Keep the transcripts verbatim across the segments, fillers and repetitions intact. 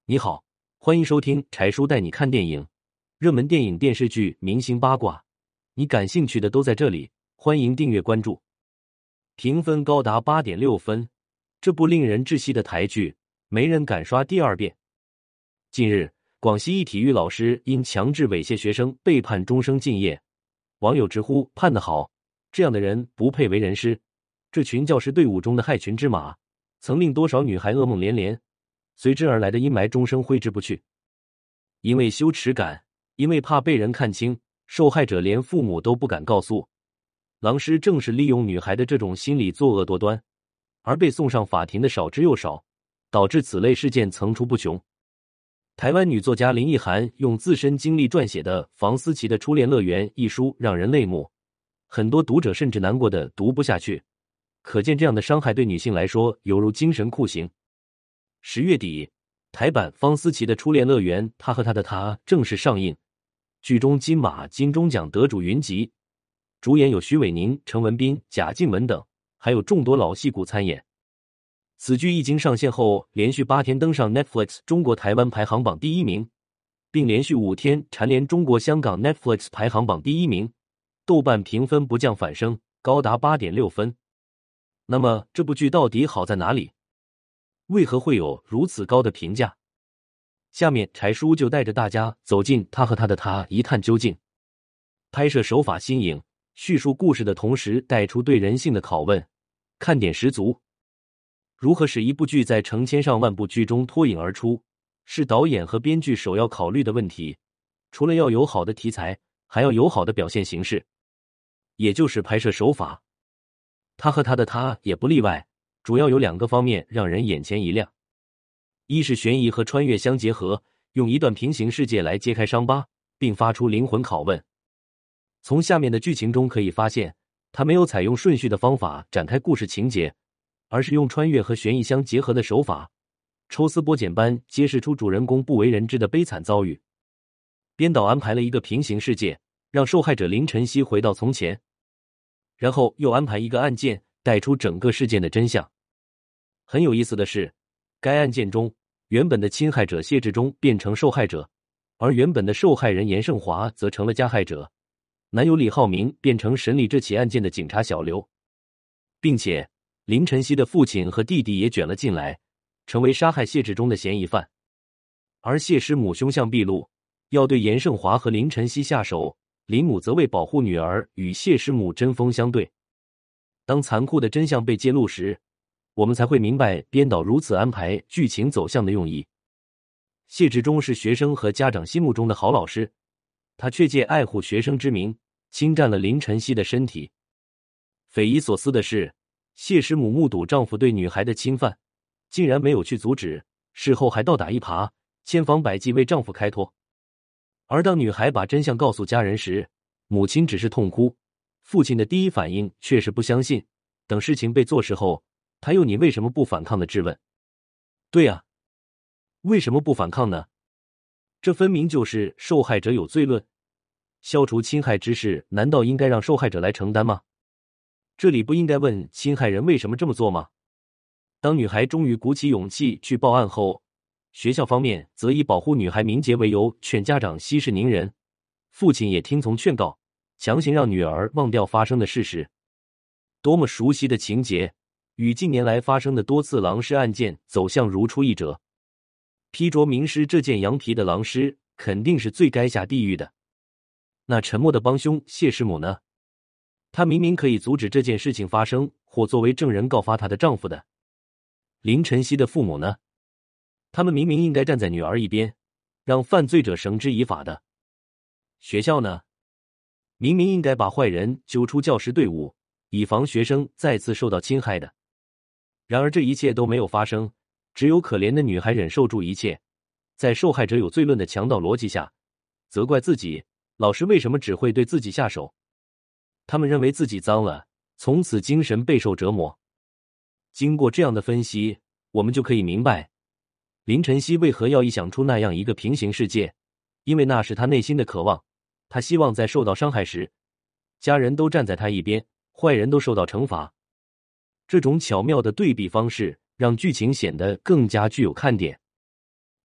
你好，欢迎收听柴叔带你看电影，热门电影、电视剧、明星八卦，你感兴趣的都在这里。欢迎订阅关注。评分高达 八点六 分，这部令人窒息的台剧，没人敢刷第二遍。近日，广西一体育老师因强制猥亵学生被判终生禁业，网友直呼判得好，这样的人不配为人师。这群教师队伍中的害群之马，曾令多少女孩噩梦连连，随之而来的阴霾终生挥之不去。因为羞耻感，因为怕被人看清，受害者连父母都不敢告诉。狼师正是利用女孩的这种心理作恶多端，而被送上法庭的少之又少，导致此类事件层出不穷。台湾女作家林奕含用自身经历撰写的《房思琪的初恋乐园》一书让人泪目，很多读者甚至难过的读不下去，可见这样的伤害对女性来说犹如精神酷刑。十月底，台版《方思琪的初恋乐园》他和他的她正式上映，剧中金马、金钟奖得主云集，主演有徐伟宁、陈文彬、贾静雯等，还有众多老戏骨参演。此剧一经上线后，连续八天登上 Netflix 中国台湾排行榜第一名，并连续五天蝉联中国香港 Netflix 排行榜第一名，豆瓣评分不降反升，高达 八点六 分。那么这部剧到底好在哪里？为何会有如此高的评价？下面柴叔就带着大家走进他和他的她一探究竟。拍摄手法新颖，叙述故事的同时带出对人性的拷问，看点十足。如何使一部剧在成千上万部剧中脱颖而出，是导演和编剧首要考虑的问题。除了要有好的题材，还要有好的表现形式，也就是拍摄手法。他和他的她也不例外，主要有两个方面让人眼前一亮。一是悬疑和穿越相结合，用一段平行世界来揭开伤疤，并发出灵魂拷问。从下面的剧情中可以发现，他没有采用顺序的方法展开故事情节，而是用穿越和悬疑相结合的手法，抽丝剥茧般揭示出主人公不为人知的悲惨遭遇。编导安排了一个平行世界，让受害者林晨曦回到从前，然后又安排一个案件，带出整个事件的真相。很有意思的是，该案件中原本的侵害者谢志忠变成受害者，而原本的受害人严胜华则成了加害者，男友李浩明变成审理这起案件的警察小刘，并且林晨曦的父亲和弟弟也卷了进来，成为杀害谢志忠的嫌疑犯。而谢师母凶相毕露，要对严胜华和林晨曦下手，林母则为保护女儿与谢师母针锋相对。当残酷的真相被揭露时，我们才会明白编导如此安排剧情走向的用意。谢志忠是学生和家长心目中的好老师，他却借爱护学生之名，侵占了林晨曦的身体。匪夷所思的是，谢师母目睹丈夫对女孩的侵犯，竟然没有去阻止，事后还倒打一耙，千方百计为丈夫开脱。而当女孩把真相告诉家人时，母亲只是痛哭，父亲的第一反应却是不相信，等事情被坐实后，他又你为什么不反抗的质问。对啊，为什么不反抗呢？这分明就是受害者有罪论，消除侵害之事难道应该让受害者来承担吗？这里不应该问侵害人为什么这么做吗？当女孩终于鼓起勇气去报案后，学校方面则以保护女孩名节为由劝家长息事宁人，父亲也听从劝告，强行让女儿忘掉发生的事实。多么熟悉的情节，与近年来发生的多次狼师案件走向如出一辙。披着名师这件羊皮的狼师肯定是最该下地狱的。那沉默的帮凶谢师母呢？她明明可以阻止这件事情发生，或作为证人告发她的丈夫的。林晨曦的父母呢？他们明明应该站在女儿一边，让犯罪者绳之以法的。学校呢？明明应该把坏人揪出教师队伍，以防学生再次受到侵害的。然而这一切都没有发生，只有可怜的女孩忍受住一切，在受害者有罪论的强盗逻辑下，责怪自己，老师为什么只会对自己下手？他们认为自己脏了，从此精神备受折磨。经过这样的分析，我们就可以明白，林晨曦为何要臆想出那样一个平行世界，因为那是他内心的渴望。他希望在受到伤害时，家人都站在他一边，坏人都受到惩罚。这种巧妙的对比方式让剧情显得更加具有看点。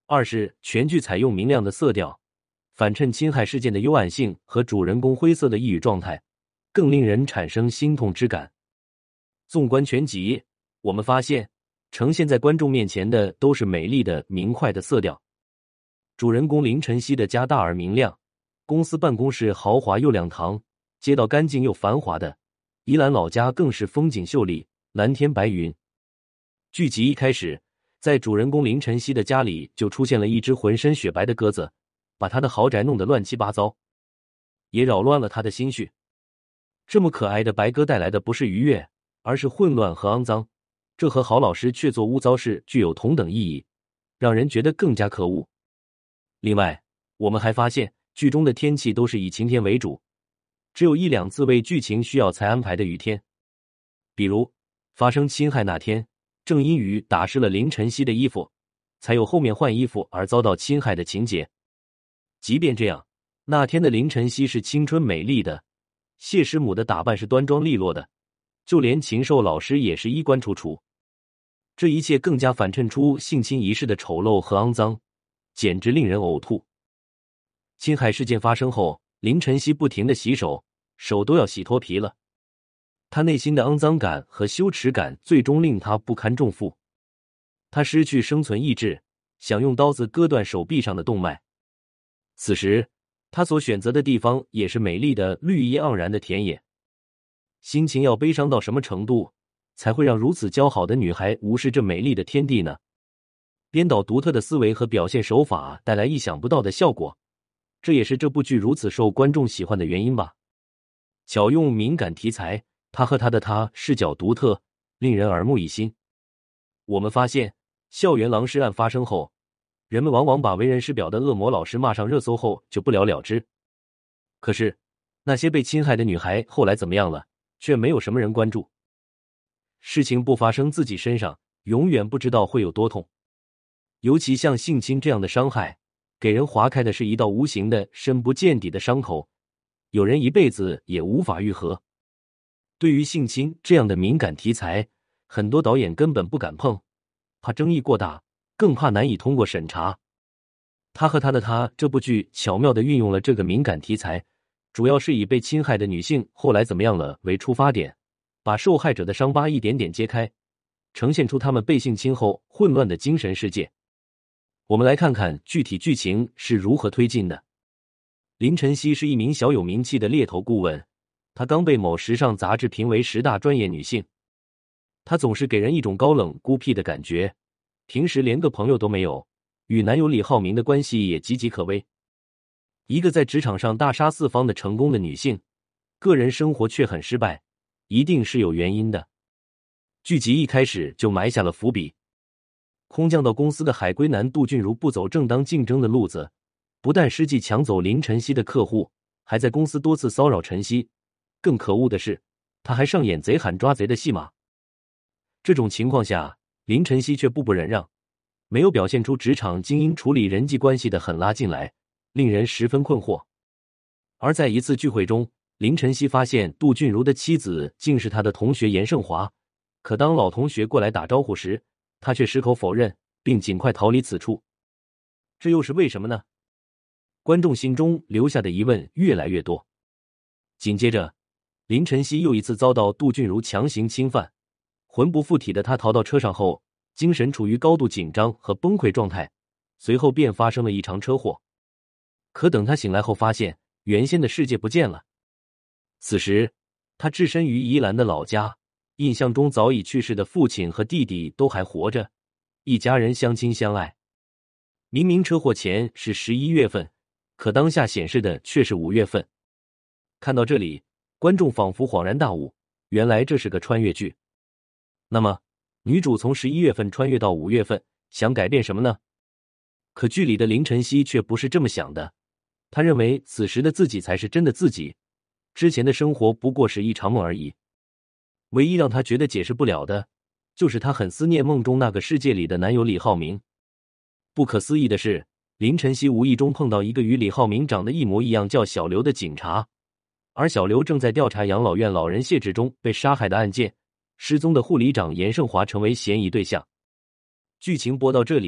二是全剧采用明亮的色调，反衬侵害事件的幽暗性和主人公灰色的抑郁状态，更令人产生心痛之感。纵观全集，我们发现呈现在观众面前的都是美丽的明快的色调。主人公林晨曦的家大而明亮，公司办公室豪华又亮堂，街道干净又繁华的宜兰老家更是风景秀丽，蓝天白云。剧集一开始，在主人公林晨曦的家里就出现了一只浑身雪白的鸽子，把他的豪宅弄得乱七八糟，也扰乱了他的心绪。这么可爱的白鸽带来的不是愉悦，而是混乱和肮脏，这和好老师却做污糟事具有同等意义，让人觉得更加可恶。另外，我们还发现剧中的天气都是以晴天为主，只有一两次为剧情需要才安排的雨天。比如发生侵害那天，正因雨打湿了林晨曦的衣服，才有后面换衣服而遭到侵害的情节。即便这样，那天的林晨曦是青春美丽的，谢师母的打扮是端庄利落的，就连禽兽老师也是衣冠楚楚。这一切更加反衬出性侵一事的丑陋和肮脏，简直令人呕吐。侵害事件发生后，林晨曦不停地洗手，手都要洗脱皮了。他内心的肮脏感和羞耻感最终令他不堪重负，他失去生存意志，想用刀子割断手臂上的动脉。此时他所选择的地方也是美丽的绿意盎然的田野。心情要悲伤到什么程度，才会让如此姣好的女孩无视这美丽的天地呢？编导独特的思维和表现手法带来意想不到的效果，这也是这部剧如此受观众喜欢的原因吧。巧用敏感题材，他和他的他视角独特，令人耳目一新。我们发现，校园狼尸案发生后，人们往往把为人师表的恶魔老师骂上热搜后就不了了之。可是，那些被侵害的女孩后来怎么样了，却没有什么人关注。事情不发生自己身上，永远不知道会有多痛。尤其像性侵这样的伤害，给人划开的是一道无形的、深不见底的伤口，有人一辈子也无法愈合。对于性侵这样的敏感题材，很多导演根本不敢碰，怕争议过大，更怕难以通过审查。他和他的他这部剧巧妙地运用了这个敏感题材，主要是以被侵害的女性后来怎么样了为出发点，把受害者的伤疤一点点揭开，呈现出他们被性侵后混乱的精神世界。我们来看看具体剧情是如何推进的。林晨曦是一名小有名气的猎头顾问，她刚被某时尚杂志评为十大专业女性。她总是给人一种高冷孤僻的感觉，平时连个朋友都没有，与男友李浩明的关系也岌岌可危。一个在职场上大杀四方的成功的女性，个人生活却很失败，一定是有原因的。剧集一开始就埋下了伏笔。空降到公司的海归男杜俊如不走正当竞争的路子，不但失计抢走林晨曦的客户，还在公司多次骚扰晨曦。更可恶的是，他还上演贼喊抓贼的戏码。这种情况下，林晨曦却步步忍让，没有表现出职场精英处理人际关系的狠拉进来，令人十分困惑。而在一次聚会中，林晨曦发现杜俊如的妻子竟是他的同学严胜华，可当老同学过来打招呼时，他却矢口否认，并尽快逃离此处。这又是为什么呢？观众心中留下的疑问越来越多。紧接着，林晨曦又一次遭到杜俊如强行侵犯，魂不附体的他逃到车上后，精神处于高度紧张和崩溃状态，随后便发生了一场车祸。可等他醒来后发现，原先的世界不见了。此时，他置身于宜兰的老家，印象中早已去世的父亲和弟弟都还活着，一家人相亲相爱。明明车祸前是十一月份，可当下显示的却是五月份。看到这里，观众仿佛恍然大悟，原来这是个穿越剧。那么，女主从十一月份穿越到五月份，想改变什么呢？可剧里的林晨曦却不是这么想的，她认为此时的自己才是真的自己，之前的生活不过是一场梦而已。唯一让她觉得解释不了的，就是她很思念梦中那个世界里的男友李浩明。不可思议的是，林晨曦无意中碰到一个与李浩明长得一模一样叫小刘的警察，而小刘正在调查养老院老人谢志忠被杀害的案件，失踪的护理长严胜华成为嫌疑对象。剧情播到这里，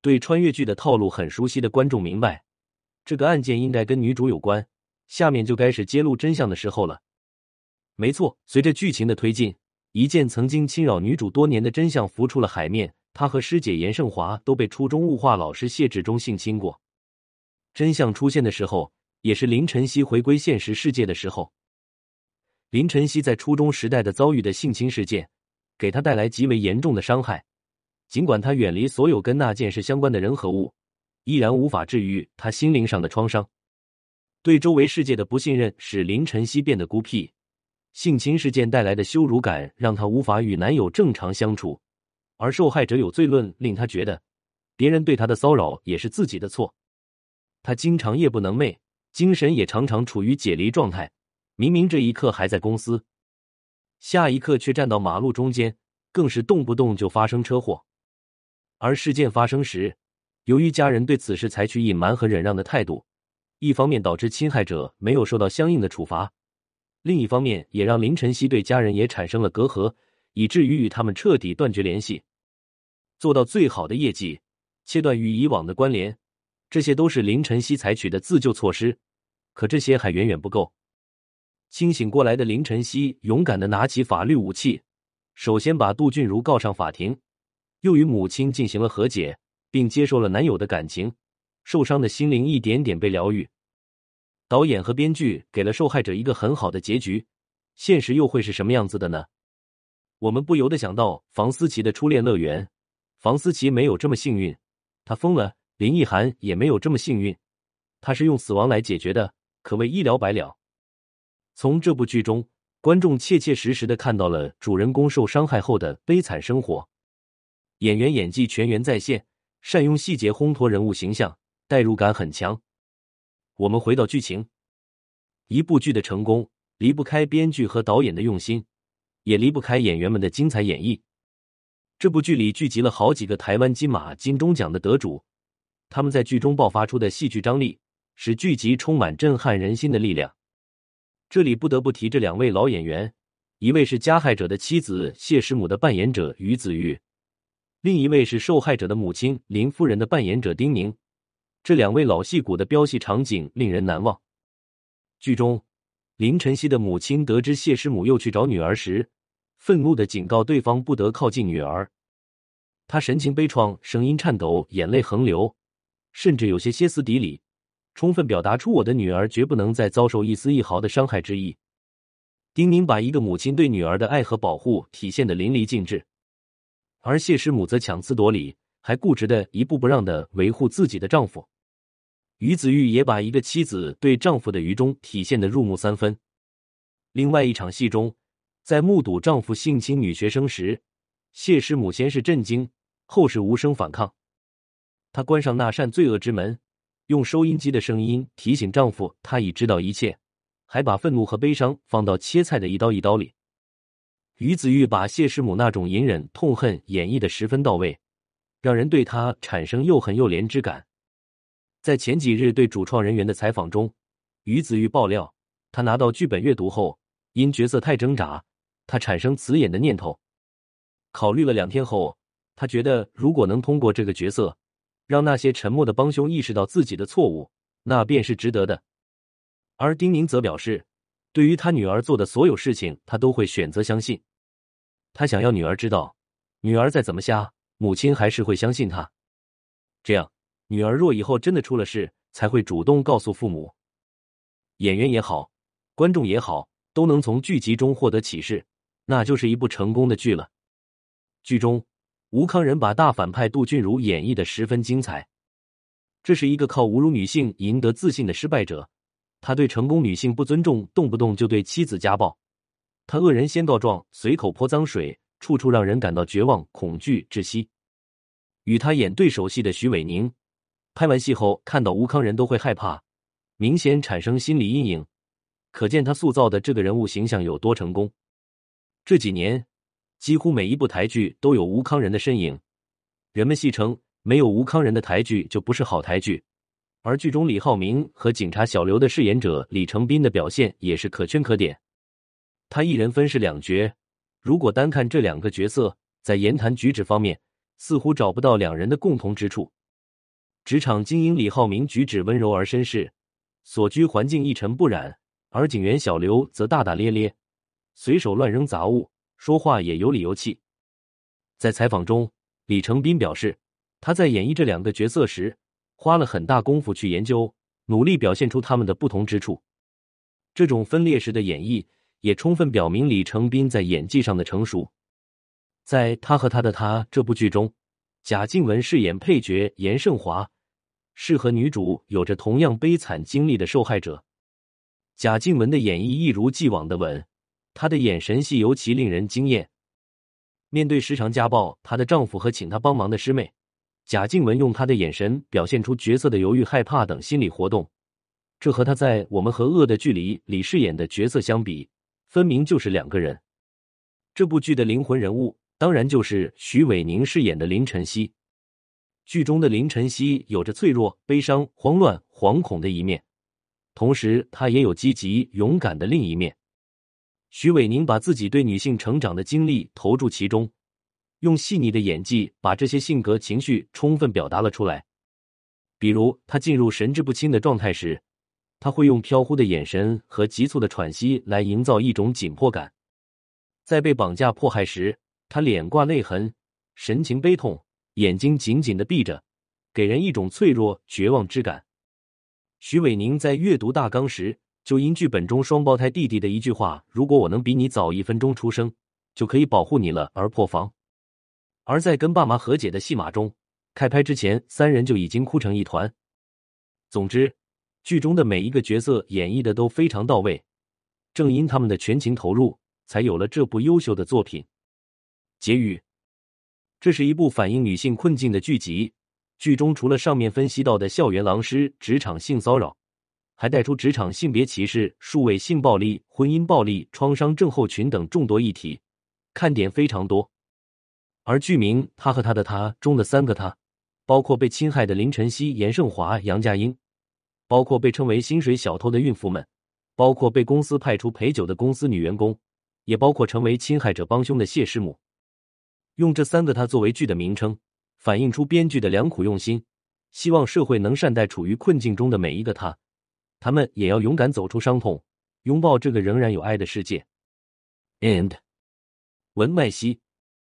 对穿越剧的套路很熟悉的观众明白，这个案件应该跟女主有关，下面就该是揭露真相的时候了。没错，随着剧情的推进，一件曾经侵扰女主多年的真相浮出了海面，她和师姐严胜华都被初中物化老师谢志忠性侵过。真相出现的时候，也是林晨曦回归现实世界的时候。林晨曦在初中时代的遭遇的性侵事件，给他带来极为严重的伤害。尽管他远离所有跟那件事相关的人和物，依然无法治愈他心灵上的创伤。对周围世界的不信任使林晨曦变得孤僻，性侵事件带来的羞辱感让他无法与男友正常相处，而受害者有罪论令他觉得别人对他的骚扰也是自己的错。他经常夜不能寐，精神也常常处于解离状态，明明这一刻还在公司，下一刻却站到马路中间，更是动不动就发生车祸。而事件发生时，由于家人对此事采取隐瞒和忍让的态度，一方面导致侵害者没有受到相应的处罚，另一方面也让林晨曦对家人也产生了隔阂，以至于与他们彻底断绝联系。做到最好的业绩，切断与以往的关联，这些都是林晨曦采取的自救措施，可这些还远远不够。清醒过来的林晨曦勇敢地拿起法律武器，首先把杜俊如告上法庭，又与母亲进行了和解，并接受了男友的感情，受伤的心灵一点点被疗愈。导演和编剧给了受害者一个很好的结局，现实又会是什么样子的呢？我们不由得想到房思琪的初恋乐园，房思琪没有这么幸运，她疯了；林奕涵也没有这么幸运，她是用死亡来解决的，可谓一了百了。从这部剧中，观众切切实实地看到了主人公受伤害后的悲惨生活。演员演技全员在线，善用细节烘托人物形象，代入感很强。我们回到剧情，一部剧的成功离不开编剧和导演的用心，也离不开演员们的精彩演绎。这部剧里聚集了好几个台湾金马、金钟奖的得主，他们在剧中爆发出的戏剧张力，使剧集充满震撼人心的力量。这里不得不提这两位老演员，一位是加害者的妻子谢师母的扮演者于子玉，另一位是受害者的母亲林夫人的扮演者丁宁。这两位老戏骨的飙戏场景令人难忘。剧中，林晨曦的母亲得知谢师母又去找女儿时，愤怒地警告对方不得靠近女儿。她神情悲怆，声音颤抖，眼泪横流，甚至有些歇斯底里，充分表达出我的女儿绝不能再遭受一丝一毫的伤害之意。丁宁把一个母亲对女儿的爱和保护体现得淋漓尽致，而谢师母则强词夺理，还固执的一步不让地维护自己的丈夫。于子玉也把一个妻子对丈夫的愚忠体现得入木三分。另外一场戏中，在目睹丈夫性侵女学生时，谢师母先是震惊，后是无声反抗。她关上那扇罪恶之门，用收音机的声音提醒丈夫她已知道一切，还把愤怒和悲伤放到切菜的一刀一刀里。于子玉把谢师母那种隐忍痛恨演绎得十分到位，让人对她产生又恨又怜之感。在前几日对主创人员的采访中，于子玉爆料，他拿到剧本阅读后，因角色太挣扎，他产生辞演的念头。考虑了两天后，他觉得如果能通过这个角色，让那些沉默的帮凶意识到自己的错误，那便是值得的。而丁宁则表示，对于他女儿做的所有事情，他都会选择相信。他想要女儿知道，女儿再怎么瞎，母亲还是会相信她。这样，女儿若以后真的出了事，才会主动告诉父母。演员也好，观众也好，都能从剧集中获得启示，那就是一部成功的剧了。剧中，吴康仁把大反派杜俊如演绎得十分精彩。这是一个靠侮辱女性赢得自信的失败者，他对成功女性不尊重，动不动就对妻子家暴。他恶人先告状，随口泼脏水，处处让人感到绝望、恐惧、窒息。与他演对手戏的徐伟宁，拍完戏后看到吴康仁都会害怕，明显产生心理阴影，可见他塑造的这个人物形象有多成功。这几年，几乎每一部台剧都有吴康仁的身影，人们戏称没有吴康仁的台剧就不是好台剧。而剧中李浩明和警察小刘的饰演者李成斌的表现也是可圈可点。他一人分饰两角，如果单看这两个角色，在言谈举止方面似乎找不到两人的共同之处。 职场精英李浩明举止温柔而绅士，所居环境一尘不染，而警员小刘则大大咧咧，随手乱扔杂物，说话也有理有气。在采访中，李成斌表示，他在演绎这两个角色时，花了很大功夫去研究，努力表现出他们的不同之处。这种分裂式的演绎也充分表明李成斌在演技上的成熟。在他和他的他这部剧中，贾静雯饰演配角严胜华，是和女主有着同样悲惨经历的受害者。贾静雯的演绎一如既往的稳，她的眼神戏尤其令人惊艳。面对时常家暴她的丈夫和请她帮忙的师妹，贾静雯用她的眼神表现出角色的犹豫、害怕等心理活动。这和她在《我们和恶的距离》里饰演的角色相比，分明就是两个人。这部剧的灵魂人物当然就是徐伟宁饰演的林晨曦。剧中的林晨曦有着脆弱、悲伤、慌乱、惶恐的一面，同时他也有积极、勇敢的另一面。徐伟宁把自己对女性成长的经历投注其中，用细腻的演技把这些性格情绪充分表达了出来。比如他进入神志不清的状态时，他会用飘忽的眼神和急促的喘息来营造一种紧迫感。在被绑架迫害时，他脸挂泪痕，神情悲痛，眼睛紧紧地闭着，给人一种脆弱、绝望之感。徐伟宁在阅读大纲时，就因剧本中双胞胎弟弟的一句话“如果我能比你早一分钟出生，就可以保护你了”而破防。而在跟爸妈和解的戏码中，开拍之前三人就已经哭成一团。总之，剧中的每一个角色演绎的都非常到位，正因他们的全情投入，才有了这部优秀的作品。结语：这是一部反映女性困境的剧集，剧中除了上面分析到的校园狼师、职场性骚扰，还带出职场性别歧视、数位性暴力、婚姻暴力、创伤症候群等众多议题，看点非常多。而剧名《他和他的他》中的三个他，包括被侵害的林晨曦、严胜华、杨佳英，包括被称为薪水小偷的孕妇们，包括被公司派出陪酒的公司女员工，也包括成为侵害者帮凶的谢师母。用这三个他作为剧的名称，反映出编剧的良苦用心，希望社会能善待处于困境中的每一个他，他们也要勇敢走出伤痛，拥抱这个仍然有爱的世界。End。 文麦西，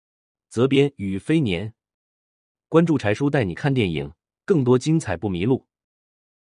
责编与飞年。关注柴叔带你看电影，更多精彩不迷路。